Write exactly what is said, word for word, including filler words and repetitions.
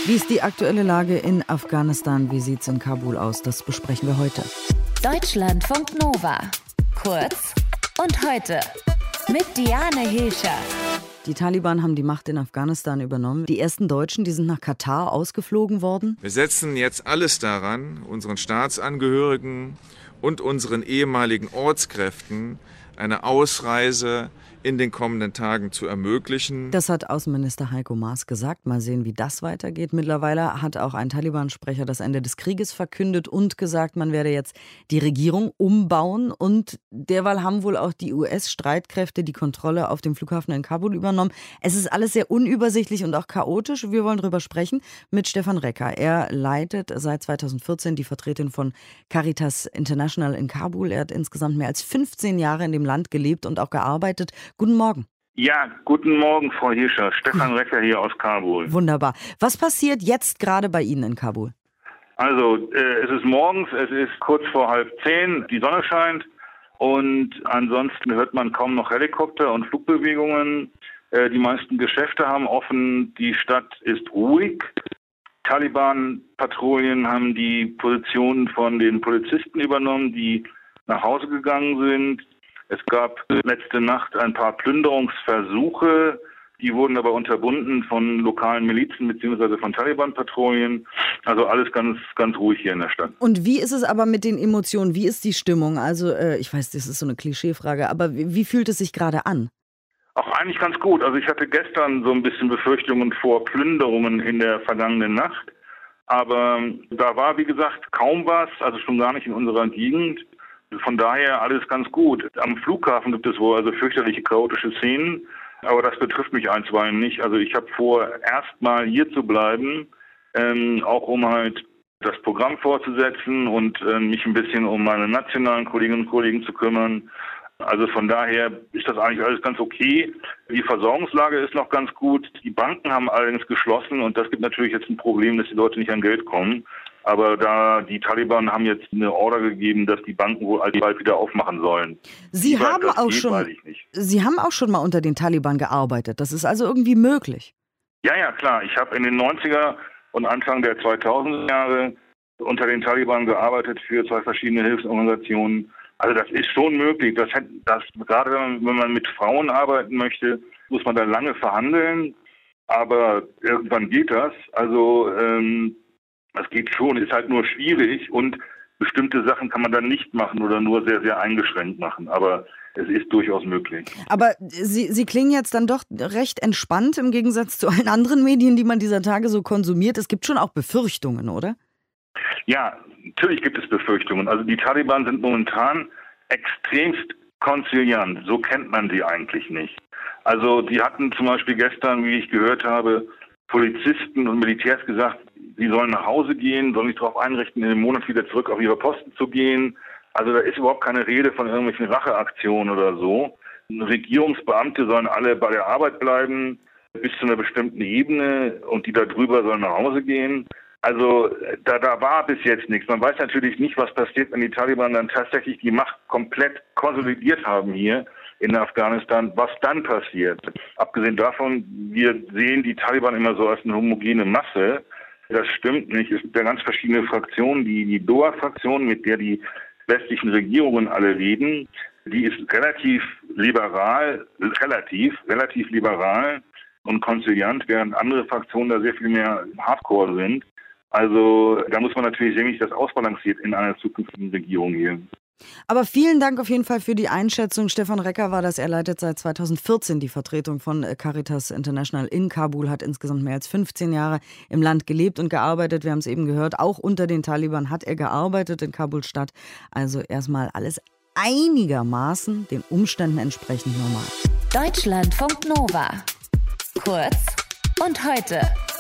Wie ist die aktuelle Lage in Afghanistan? Wie sieht's in Kabul aus? Das besprechen wir heute. Deutschlandfunk Nova. Kurz und heute mit Diane Hilscher. Die Taliban haben die Macht in Afghanistan übernommen. Die ersten Deutschen, die sind nach Katar ausgeflogen worden. Wir setzen jetzt alles daran, unseren Staatsangehörigen und unseren ehemaligen Ortskräften eine Ausreise in den kommenden Tagen zu ermöglichen. Das hat Außenminister Heiko Maas gesagt. Mal sehen, wie das weitergeht. Mittlerweile hat auch ein Taliban-Sprecher das Ende des Krieges verkündet und gesagt, man werde jetzt die Regierung umbauen. Und derweil haben wohl auch die U S-Streitkräfte die Kontrolle auf dem Flughafen in Kabul übernommen. Es ist alles sehr unübersichtlich und auch chaotisch. Wir wollen darüber sprechen mit Stefan Recker. Er leitet seit zweitausendvierzehn die Vertretung von Caritas International in Kabul. Er hat insgesamt mehr als fünfzehn Jahre in dem Land gelebt und auch gearbeitet. Guten Morgen. Ja, guten Morgen, Frau Hilscher. Stefan Recker hier aus Kabul. Wunderbar. Was passiert jetzt gerade bei Ihnen in Kabul? Also, äh, es ist morgens, es ist kurz vor halb zehn, die Sonne scheint und ansonsten hört man kaum noch Helikopter und Flugbewegungen. Äh, die meisten Geschäfte haben offen, die Stadt ist ruhig. Taliban-Patrouillen haben die Positionen von den Polizisten übernommen, die nach Hause gegangen sind. Es gab letzte Nacht ein paar Plünderungsversuche, die wurden aber unterbunden von lokalen Milizen bzw. von Taliban-Patrouillen. Also alles ganz, ganz ruhig hier in der Stadt. Und wie ist es aber mit den Emotionen? Wie ist die Stimmung? Also äh, ich weiß, das ist so eine Klischeefrage, aber wie, wie fühlt es sich gerade an? Auch eigentlich ganz gut. Also ich hatte gestern so ein bisschen Befürchtungen vor Plünderungen in der vergangenen Nacht. Aber da war, wie gesagt, kaum was, also schon gar nicht in unserer Gegend. Von daher alles ganz gut. Am Flughafen gibt es wohl also fürchterliche chaotische Szenen, aber das betrifft mich einstweilen nicht. Also ich habe vor, erstmal hier zu bleiben, ähm, auch um halt das Programm fortzusetzen und äh, mich ein bisschen um meine nationalen Kolleginnen und Kollegen zu kümmern. Also von daher ist das eigentlich alles ganz okay. Die Versorgungslage ist noch ganz gut. Die Banken haben allerdings geschlossen und das gibt natürlich jetzt ein Problem, dass die Leute nicht an Geld kommen. Aber da die Taliban haben jetzt eine Order gegeben, dass die Banken wohl alsbald wieder aufmachen sollen. Sie Wie haben das auch geht, schon, weiß ich nicht. Sie haben auch schon mal unter den Taliban gearbeitet. Das ist also irgendwie möglich. Ja, ja, klar. Ich habe in den neunziger und Anfang der zweitausender Jahre unter den Taliban gearbeitet für zwei verschiedene Hilfsorganisationen. Also das ist schon möglich. Das, das gerade wenn man mit Frauen arbeiten möchte, muss man da lange verhandeln. Aber irgendwann geht das. Also ähm, das geht schon, ist halt nur schwierig und bestimmte Sachen kann man dann nicht machen oder nur sehr, sehr eingeschränkt machen. Aber es ist durchaus möglich. Aber Sie, Sie klingen jetzt dann doch recht entspannt im Gegensatz zu allen anderen Medien, die man dieser Tage so konsumiert. Es gibt schon auch Befürchtungen, oder? Ja, natürlich gibt es Befürchtungen. Also die Taliban sind momentan extremst konziliant. So kennt man sie eigentlich nicht. Also die hatten zum Beispiel gestern, wie ich gehört habe, Polizisten und Militärs gesagt, sie sollen nach Hause gehen, sollen sich darauf einrichten, in einem Monat wieder zurück auf ihre Posten zu gehen. Also da ist überhaupt keine Rede von irgendwelchen Racheaktionen oder so. Regierungsbeamte sollen alle bei der Arbeit bleiben, bis zu einer bestimmten Ebene und die da drüber sollen nach Hause gehen. Also da, da war bis jetzt nichts. Man weiß natürlich nicht, was passiert, wenn die Taliban dann tatsächlich die Macht komplett konsolidiert haben hier in Afghanistan, was dann passiert. Abgesehen davon, wir sehen die Taliban immer so als eine homogene Masse. Das stimmt nicht. Es gibt ja ganz verschiedene Fraktionen. Die, die Doha-Fraktion, mit der die westlichen Regierungen alle reden, die ist relativ liberal, relativ, relativ liberal und konziliant, während andere Fraktionen da sehr viel mehr Hardcore sind. Also da muss man natürlich sehen, wie sich das ausbalanciert in einer zukünftigen Regierung hier. Aber vielen Dank auf jeden Fall für die Einschätzung. Stefan Recker war das. Er leitet seit zweitausendvierzehn die Vertretung von Caritas International in Kabul, hat insgesamt mehr als fünfzehn Jahre im Land gelebt und gearbeitet. Wir haben es eben gehört, auch unter den Taliban hat er gearbeitet in Kabul-Stadt. Also erstmal alles einigermaßen den Umständen entsprechend normal. Deutschlandfunk Nova. Kurz und heute.